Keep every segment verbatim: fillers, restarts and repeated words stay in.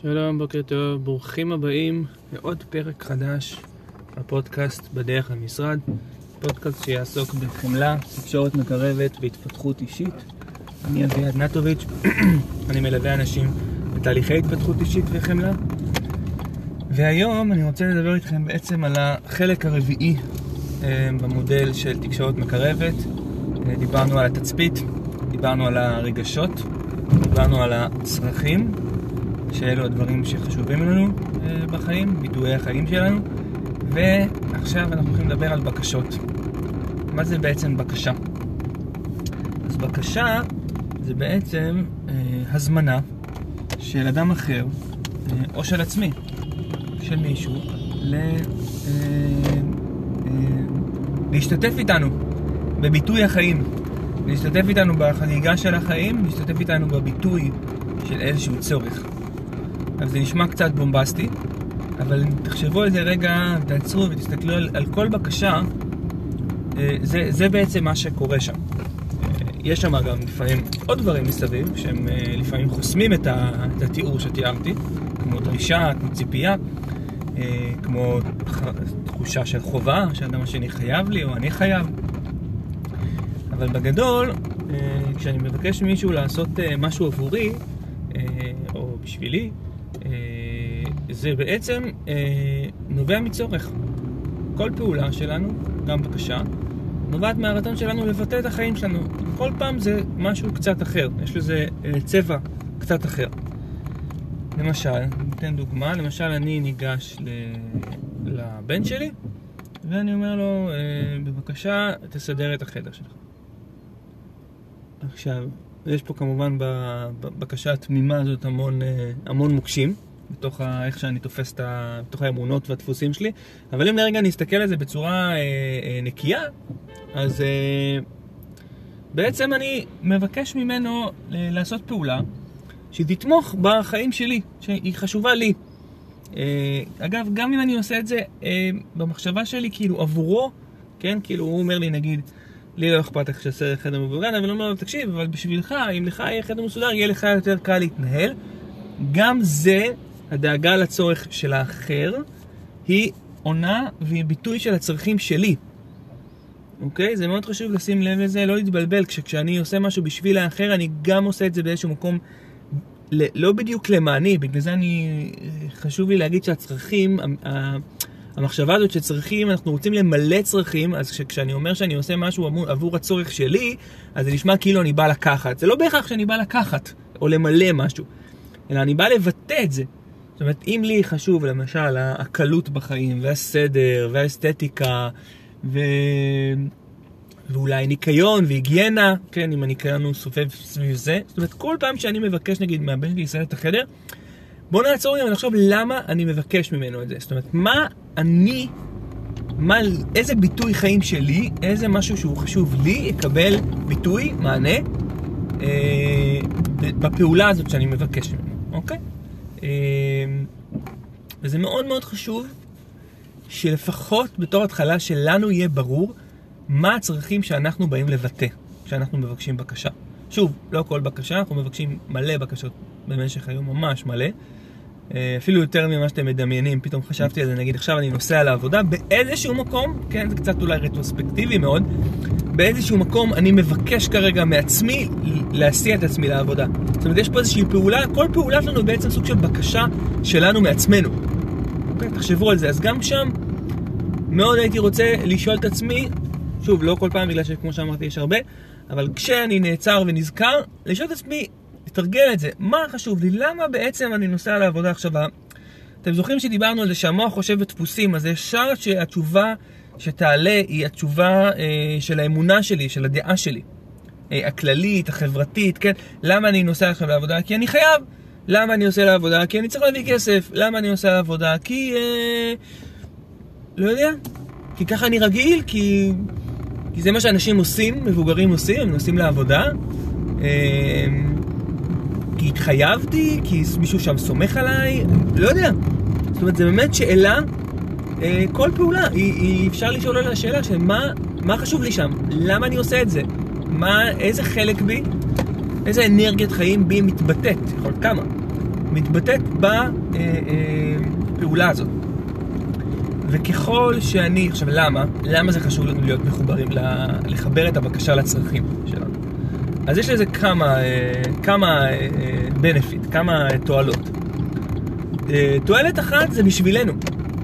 שלום, בוקר טוב, ברוכים הבאים לעוד פרק חדש בפודקאסט בדרך למשרד. פודקאסט שיעסוק בחמלה, תקשורת מקרבת והתפתחות אישית. אני אביעד נטוביץ', אני מלווה אנשים בתהליכי התפתחות אישית וחמלה. והיום אני רוצה לדבר איתכם בעצם על החלק הרביעי במודל של תקשורת מקרבת. דיברנו על התצפית, דיברנו על הרגשות, דיברנו על הצרכים, שאלו הדברים שחשובים לנו בחיים, ביטויי החיים שלנו. ועכשיו אנחנו הולכים לדבר על בקשות. מה זה בעצם בקשה? אז בקשה זה בעצם אה, הזמנה של אדם אחר, אה, או של עצמי, של מישהו, ל, אה, אה, להשתתף איתנו בביטוי החיים, להשתתף איתנו בחגיגה של החיים, להשתתף איתנו בביטוי של איזשהו צורך. אז זה נשמע קצת בומבסטי, אבל תחשבו על זה רגע, תעצרו ותסתכלו על, על כל בקשה. זה, זה בעצם מה שקורה שם. יש שם גם לפעמים עוד דברים מסביב, שהם לפעמים חוסמים את, ה, את התיאור שתיארתי, כמו דרישה, כמו ציפייה, כמו תחושה של חובה, שאדם השני חייב לי או אני חייב. אבל בגדול, כשאני מבקש מישהו לעשות משהו עבורי, או בשבילי, זה בעצם נובע מצורך. כל פעולה שלנו, גם בקשה, נובעת מהרצון שלנו לבטא את החיים שלנו. כל פעם זה משהו קצת אחר, יש לזה צבע קצת אחר. למשל, ניתן דוגמה, למשל אני ניגש לבן שלי ואני אומר לו, בבקשה תסדר את החדר שלך. עכשיו, יש פה כמובן בבקשה התמימה הזאת המון, המון מוקשים בתוך ה, איך שאני תופס את ה, בתוך האמונות והדפוסים שלי. אבל אם לרגע נסתכל על זה בצורה אה, אה, נקייה, אז אה, בעצם אני מבקש ממנו לעשות פעולה שתתמוך בחיים שלי, שהיא חשובה לי. אה, אגב, גם אם אני עושה את זה אה, במחשבה שלי כאילו עבורו, כן, כאילו הוא אומר לי נגיד, לי לא אכפת איך שעשה חדר מבוגן, אבל אני אומר לו, תקשיב, אבל בשבילך, אם לך יהיה חדר מסודר, יהיה לך יותר קל להתנהל. גם זה, הדאגה לצורך של האחר, היא עונה והיא ביטוי של הצרכים שלי. אוקיי? זה מאוד חשוב לשים לב לזה, לא להתבלבל. כשאני עושה משהו בשביל האחר, אני גם עושה את זה באיזשהו מקום, לא בדיוק למעני. בגלל זה אני, חשוב לי להגיד שהצרכים, המחשבה הזאת שצרכים, אנחנו רוצים למלא צרכים, אז כשאני אומר שאני עושה משהו עבור הצורך שלי, אז זה נשמע כאילו אני בא לקחת. זה לא בהכרח שאני בא לקחת, או למלא משהו, אלא אני בא לבטא את זה. זאת אומרת, אם לי חשוב, למשל, הקלות בחיים, והסדר, והאסתטיקה, ו... ואולי ניקיון והיגיינה, כן, אם הניקיון הוא סובב סביב זה. זאת אומרת, כל פעם שאני מבקש, נגיד, מהבן שלי לסדר את החדר, בוא נעצור לי ונחשוב למה אני מבקש ממנו את זה. זאת אומרת, מה אני, מה, איזה ביטוי חיים שלי, איזה משהו שהוא חשוב לי, יקבל ביטוי, מענה, אה, בפעולה הזאת שאני מבקש ממנו, אוקיי? אה, וזה מאוד מאוד חשוב שלפחות בתור התחלה שלנו יהיה ברור מה הצרכים שאנחנו באים לבטא כשאנחנו מבקשים בקשה. שוב, לא כל בקשה, אנחנו מבקשים מלא בקשות במשך היום, ממש מלא. אפילו יותר ממה שאתם מדמיינים. פתאום חשבתי על זה, נגיד עכשיו אני נוסע לעבודה באיזשהו מקום, כן, זה קצת אולי רטרוספקטיבי מאוד, באיזשהו מקום אני מבקש כרגע מעצמי להסיע את עצמי לעבודה. זאת אומרת, יש פה איזושהי פעולה, כל פעולה שלנו בעצם סוג של בקשה שלנו מעצמנו. אוקיי, תחשבו על זה. אז גם שם מאוד הייתי רוצה לשאול את עצמי, שוב, לא כל פעם בגלל שכמו שאמרתי יש הרבה, אבל כשאני נעצר ונזכר, לשאול את עצמי, לתרגל את זה, מה חשוב לי? למה בעצם אני נוסע לעבודה עכשיו? אתם זוכרים שדיברנו על זה שהמוח חושב בדפוסים, אז ישר שהתשובה שתעלה היא התשובה אה, של האמונה שלי, של הדעה שלי. אה, הכללית, החברתית, כן? למה אני נוסע עכשיו לעבודה? כי אני חייב. למה אני עושה לעבודה? כי אני צריך להביא כסף. למה אני עושה לעבודה? כי... אה, לא יודע. כי ככה אני רגיל, כי... כי זה מה שאנשים עושים, מבוגרים עושים, הם נוסעים לעבודה. אה, כי התחייבתי, כי מישהו שם סומך עליי, לא יודע. זאת אומרת, זה באמת שאלה, אה, כל פעולה, היא, היא אפשר לשאול על השאלה של מה, מה חשוב לי שם, למה אני עושה את זה, מה, איזה חלק בי, איזה אנרגיית חיים בי מתבטאת, יכול כמה. מתבטאת בפעולה הזאת. וככל שאני, עכשיו למה? למה זה חשוב לנו להיות מחוברים, לחבר את הבקשה לצרכים שלנו? אז יש לזה כמה, כמה benefit, כמה תועלות. תועלת אחת זה בשבילנו.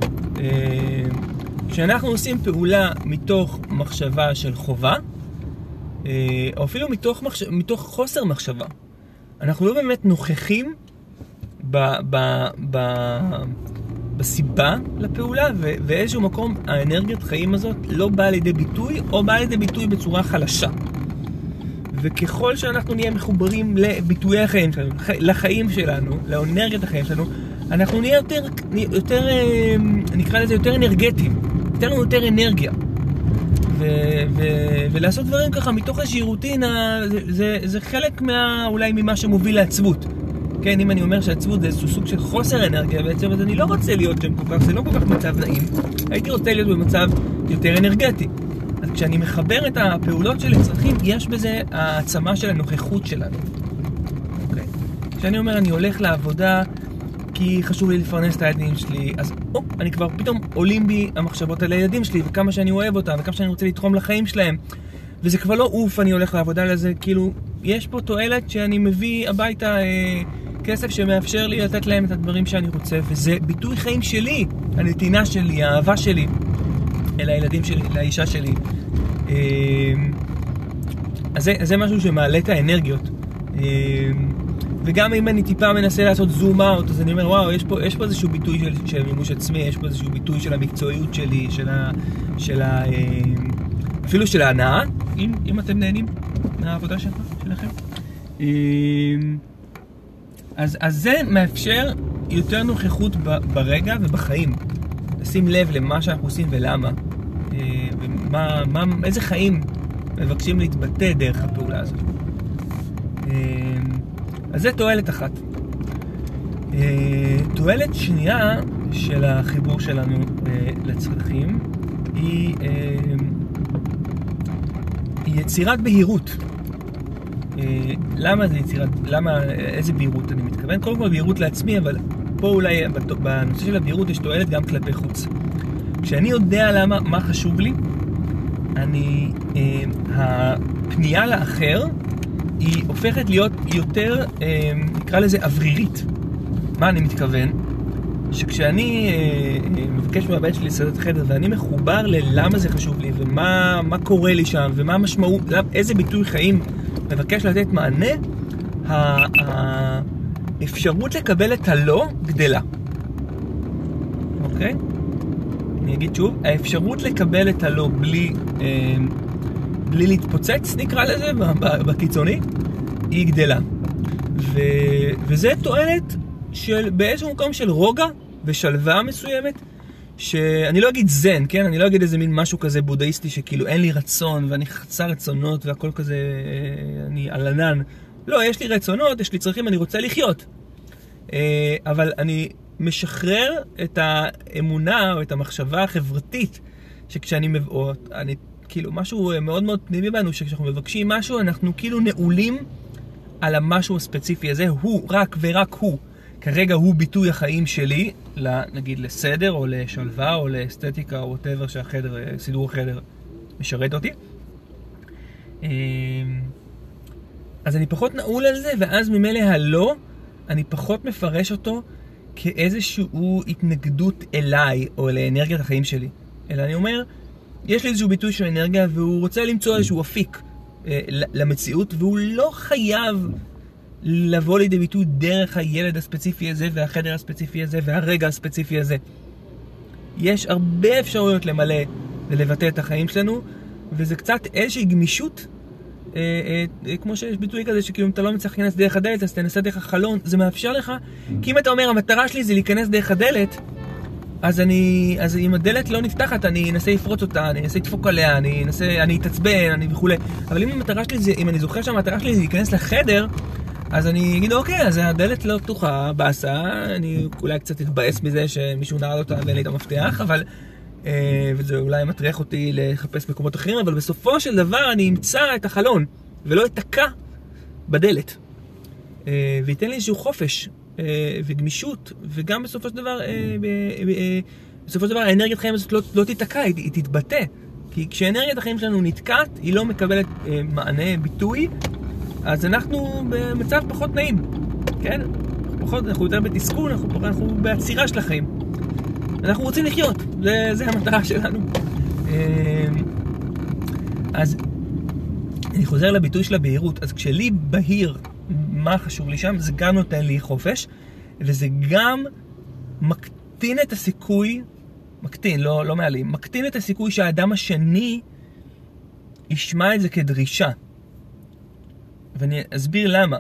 כשאנחנו עושים פעולה מתוך מחשבה של חובה, או אפילו מתוך, מחש... מתוך חוסר מחשבה, אנחנו לא באמת נוכחים ב... ב... ב... בסיבה לפעולה, ו... ואיזשהו מקום האנרגיית חיים הזאת לא באה לידי ביטוי, או באה לידי ביטוי בצורה חלשה. וככל שאנחנו נהיה מחוברים לביטויי החיים שלנו, לחיים שלנו, לאנרגיית החיים שלנו, אנחנו נהיה יותר, יותר, נקרא לזה יותר אנרגטיים, יותר לנו יותר אנרגיה. ו, ו, ולעשות דברים ככה מתוך איזושהי רוטינה, זה, זה, זה חלק מה, אולי ממה שמוביל לעצבות. כן, אם אני אומר שהעצבות זה איזשהו סוג של חוסר אנרגיה בעצם, אז אני לא רוצה להיות שם כל כך, זה לא כל כך מצב נעים. הייתי רוצה להיות במצב יותר אנרגטי. אז כשאני מחבר את הפעולות של הצרכים, יש בזה העצמה של הנוכחות שלנו. אוקיי. כשאני אומר אני הולך לעבודה כי חשוב לי לפרנס את הילדים שלי, אז או, אני כבר פתאום עולים בי המחשבות על הילדים שלי, וכמה שאני אוהב אותם, וכמה שאני רוצה לתרום לחיים שלהם. וזה כבר לא אוף, אני הולך לעבודה לזה, כאילו, יש פה תועלת שאני מביא הביתה אה, כסף שמאפשר לי לתת להם את הדברים שאני רוצה, וזה ביטוי חיים שלי, הנתינה שלי, האהבה שלי, אל הילדים שלי, לאישה שלי. אה, אז זה, זה משהו שמעלה את האנרגיות. אה, וגם אם אני טיפה מנסה לעשות זום אאוט, אז אני אומר, וואו, יש פה, יש פה איזשהו ביטוי של, של מימוש עצמי, יש פה איזשהו ביטוי של המקצועיות שלי, של ה... של ה אפילו של ההנאה, אם, אם אתם נהנים מהעבודה שלך, שלכם. אז, אז זה מאפשר יותר נוכחות ברגע ובחיים. לשים לב למה שאנחנו עושים ולמה. ומה, מה, איזה חיים מבקשים להתבטא דרך הפעולה הזאת. אז זה תועלת אחת. תועלת שנייה של החיבור שלנו לצרכים היא, היא יצירת בהירות. למה זה יצירת, למה, איזה בהירות אני מתכוון? קודם כל בהירות לעצמי, אבל פה אולי בנושא של הבהירות יש תועלת גם כלפי חוץ. כשאני יודע למה, מה חשוב לי, אני, הפנייה לאחר היא הופכת להיות יותר, נקרא לזה, אוורירית. מה אני מתכוון? שכשאני מבקש מהבן שלי לסדר חדר ואני מחובר ללמה זה חשוב לי ומה מה קורה לי שם ומה המשמעות, איזה ביטוי חיים מבקש לתת מענה, האפשרות לקבל את הלא גדלה. אוקיי? אני אגיד שוב, האפשרות לקבל את הלא בלי... בלי להתפוצץ, נקרא לזה, בקיצוני, היא גדלה. ו... וזה תועלת של באיזשהו מקום של רוגע ושלווה מסוימת, שאני לא אגיד זן, כן? אני לא אגיד איזה מין משהו כזה בודהיסטי שכאילו אין לי רצון ואני חצה רצונות והכל כזה, אני על ענן. לא, יש לי רצונות, יש לי צרכים, אני רוצה לחיות. אבל אני משחרר את האמונה או את המחשבה החברתית שכשאני מבאות, אני כאילו משהו מאוד מאוד פנימי בנו, שכשאנחנו מבקשים משהו, אנחנו כאילו נעולים על המשהו הספציפי הזה, הוא, רק ורק הוא. כרגע הוא ביטוי החיים שלי, נגיד לסדר או לשלווה או לאסתטיקה או whatever שהחדר, סידור החדר משרת אותי. אז אני פחות נעול על זה, ואז ממילא הלא, אני פחות מפרש אותו כאיזשהו התנגדות אליי או לאנרגיית החיים שלי. אלא אני אומר, יש לי איזשהו ביטוי של אנרגיה והוא רוצה למצוא איזשהו אפיק אה, למציאות, והוא לא חייב לבוא לידי ביטוי דרך הילד הספציפי הזה והחדר הספציפי הזה והרגע הספציפי הזה. יש הרבה אפשרויות למלא ולבטא את החיים שלנו, וזה קצת איזושהי גמישות, אה, אה, אה, כמו שיש ביטוי כזה שכאילו אם אתה לא מצליח להיכנס דרך הדלת אז תנסה דרך החלון, זה מאפשר לך, כי אם אתה אומר המטרה שלי זה להיכנס דרך הדלת, אז אני, אז אם הדלת לא נפתחת, אני אנסה לפרוץ אותה, אני אנסה לדפוק עליה, אני אנסה, אני אתעצבן, אני וכו'. אבל אם המטרה שלי זה, אם אני זוכר שהמטרה שלי זה להיכנס לחדר, אז אני אגיד, אוקיי, אז הדלת לא פתוחה, באסה, אני אולי קצת אתבאס מזה שמישהו נעל אותה ואין לי את המפתח, אבל, אה, וזה אולי מטריח אותי לחפש מקומות אחרים, אבל בסופו של דבר אני אמצא את החלון, ולא אתקע בדלת. אה, וייתן לי איזשהו חופש וגמישות, וגם בסופו של דבר, בסופו של דבר האנרגיית חיים הזאת לא, לא תתקע, היא, היא תתבטא. כי כשאנרגיית החיים שלנו נתקעת, היא לא מקבלת מענה, ביטוי, אז אנחנו במצב פחות נעים, כן? פחות, אנחנו יותר בתסכול, אנחנו, אנחנו בעצירה של החיים. אנחנו רוצים לחיות, זה, זה המטרה שלנו. אז אני חוזר לביטוי של הבהירות. אז כשלי בהיר מה חשוב לי שם, זה גם נותן לי חופש, וזה גם מקטין את הסיכוי, מקטין, לא, לא מעלים, מקטין את הסיכוי שהאדם השני ישמע את זה כדרישה. ואני אסביר למה.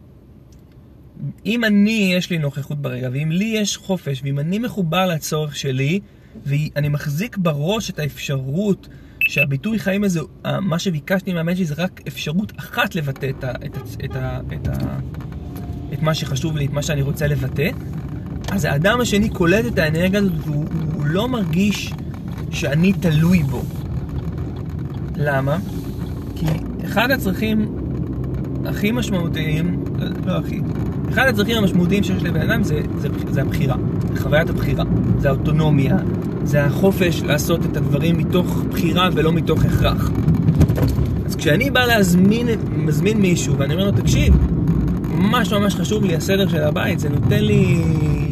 אם אני, יש לי נוכחות ברגע, ואם לי יש חופש, ואם אני מחובר לצורך שלי, ואני מחזיק בראש את האפשרות שהביטוי חיים הזה, מה שביקשתי מהבן שלי, זה רק אפשרות אחת לבטא את, ה, את, ה, את, ה, את, ה, את מה שחשוב לי, את מה שאני רוצה לבטא, אז האדם השני קולט את האנרגיה הזאת, והוא הוא לא מרגיש שאני תלוי בו. למה? כי אחד הצרכים הכי משמעותיים, לא הכי, אחד הצרכים המשמעותיים שיש לבן אדם זה, זה, זה הבחירה, זה חוויית הבחירה, זה האוטונומיה, זה החופש לעשות את הדברים מתוך בחירה ולא מתוך הכרח. אז כשאני בא להזמין, מזמין מישהו ואני אומר לו, תקשיב, ממש ממש חשוב לי הסדר של הבית, זה נותן לי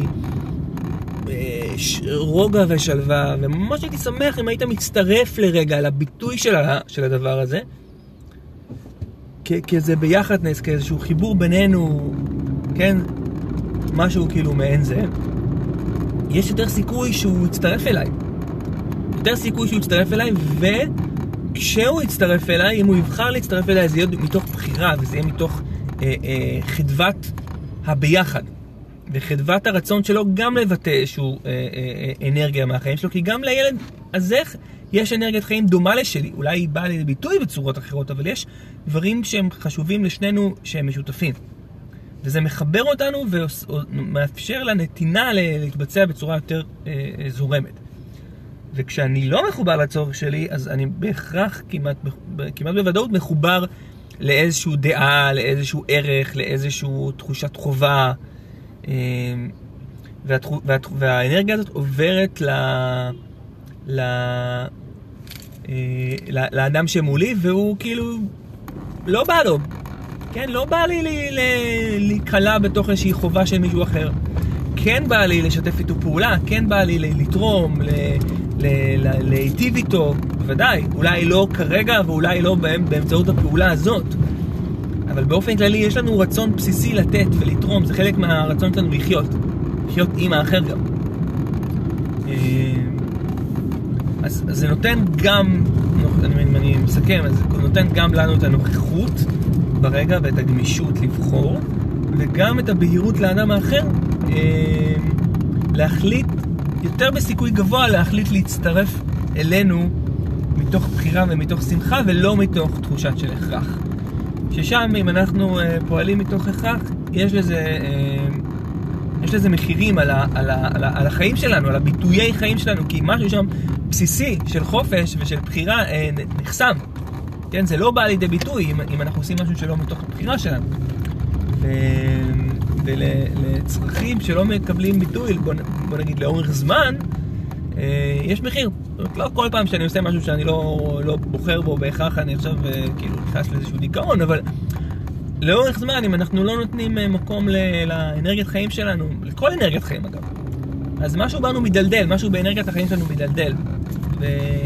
רוגע ושלווה, וממש הייתי שמח אם היית מצטרף לרגע לביטוי של, של הדבר הזה, כזה ביחדנס, כאיזשהו חיבור בינינו, כן, משהו כאילו מעין זה, יש יותר סיכוי שהוא יצטרף אליי. יותר סיכוי שהוא יצטרף אליי, וכשהוא יצטרף אליי, אם הוא יבחר להצטרף אליי, זה יהיה מתוך בחירה, וזה יהיה מתוך אה, אה, חדוות הביחד. וחדוות הרצון שלו גם לבטא איזשהו אה, אה, אנרגיה מהחיים שלו, כי גם לילד הזה יש אנרגיית חיים דומה לשלי. אולי היא באה לידי ביטוי בצורות אחרות, אבל יש דברים שהם חשובים לשנינו שהם משותפים. וזה מחבר אותנו ומאפשר לנתינה להתבצע בצורה יותר אה, זורמת. וכשאני לא מחובר לצורך שלי, אז אני בהכרח כמעט, כמעט בוודאות מחובר לאיזשהו דעה, לאיזשהו ערך, לאיזשהו תחושת חובה. אה, והתח... וה... והאנרגיה הזאת עוברת ל... ל... אה, לאדם שמולי, והוא כאילו לא בא לו. כן, לא בא לי להיקלה בתוך איזושהי חובה של מישהו אחר. כן בא לי לשתף איתו פעולה, כן בא לי לתרום, להיטיב איתו, בוודאי. אולי לא כרגע ואולי לא באמצעות הפעולה הזאת. אבל באופן כללי יש לנו רצון בסיסי לתת ולתרום, זה חלק מהרצון שלנו לחיות. לחיות עם האחר גם. אז, אז זה נותן גם, אני, אני מסכם, אז זה נותן גם לנו את הנוכחות ברגע ואת הגמישות לבחור, וגם את הבהירות לאדם האחר, אה, להחליט, יותר בסיכוי גבוה להחליט להצטרף אלינו מתוך בחירה ומתוך שמחה, ולא מתוך תחושת של הכרח. ששם אם אנחנו אה, פועלים מתוך הכרח, יש לזה, אה, יש לזה מחירים על, ה, על, ה, על, ה, על החיים שלנו, על הביטויי חיים שלנו, כי משהו שם בסיסי של חופש ושל בחירה אה, נחסם. כן, זה לא בא לידי ביטוי אם, אם אנחנו עושים משהו שלא מתוך הבחירה שלנו. ו... ולצרכים שלא מקבלים ביטוי, בוא, בוא נגיד לאורך זמן, אה, יש מחיר. זאת אומרת, לא כל פעם שאני עושה משהו שאני לא, לא בוחר בו בהכרח, אני עכשיו אה, כאילו נכנס לאיזשהו דיכאון, אבל לאורך זמן, אם אנחנו לא נותנים מקום ל... לאנרגיית חיים שלנו, לכל אנרגיית חיים אגב, אז משהו בנו מדלדל, משהו באנרגיית החיים שלנו מדלדל. ו...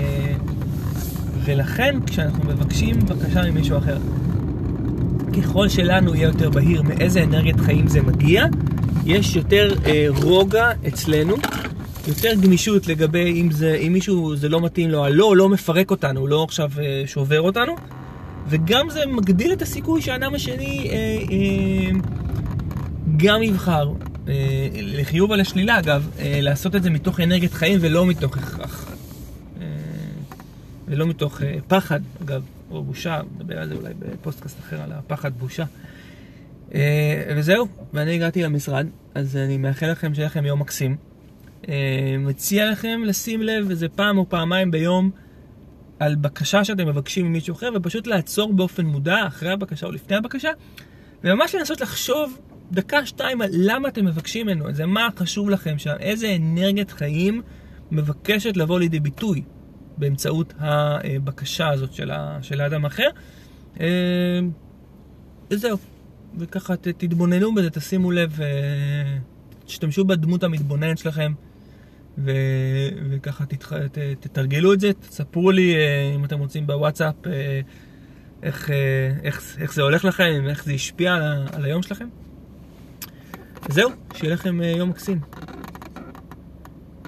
ולכן כשאנחנו מבקשים בקשה ממישהו אחר, ככל שלנו יהיה יותר בהיר מאיזה אנרגיית חיים זה מגיע, יש יותר אה, רוגע אצלנו, יותר גמישות לגבי אם, זה, אם מישהו זה לא מתאים לו, לא, לא מפרק אותנו, הוא לא עכשיו אה, שובר אותנו, וגם זה מגדיל את הסיכוי שהאדם השני אה, אה, גם יבחר, אה, לחיוב או לשלילה אגב, אה, לעשות את זה מתוך אנרגיית חיים ולא מתוך הכרח. ולא מתוך uh, פחד, אגב, או בושה, נדבר על זה אולי בפוסטקאסט אחר, על הפחד בושה. Uh, וזהו, ואני הגעתי למשרד, אז אני מאחל לכם שיהיה לכם יום מקסים. Uh, מציע לכם לשים לב איזה פעם או פעמיים ביום על בקשה שאתם מבקשים ממישהו אחר, ופשוט לעצור באופן מודע אחרי הבקשה או לפני הבקשה, וממש לנסות לחשוב דקה, שתיים, על למה אתם מבקשים ממנו את זה, מה חשוב לכם שם, איזה אנרגיית חיים מבקשת לבוא לידי ביטוי באמצעות הבקשה הזאת של, ה, של האדם האחר. וזהו, וככה תתבוננו בזה, תשימו לב, תשתמשו בדמות המתבוננת שלכם, ו... וככה תתח... ת... תתרגלו את זה, תספרו לי אם אתם רוצים בוואטסאפ איך, איך, איך זה הולך לכם, איך זה השפיע על, ה... על היום שלכם. זהו, שיהיה לכם יום מקסים.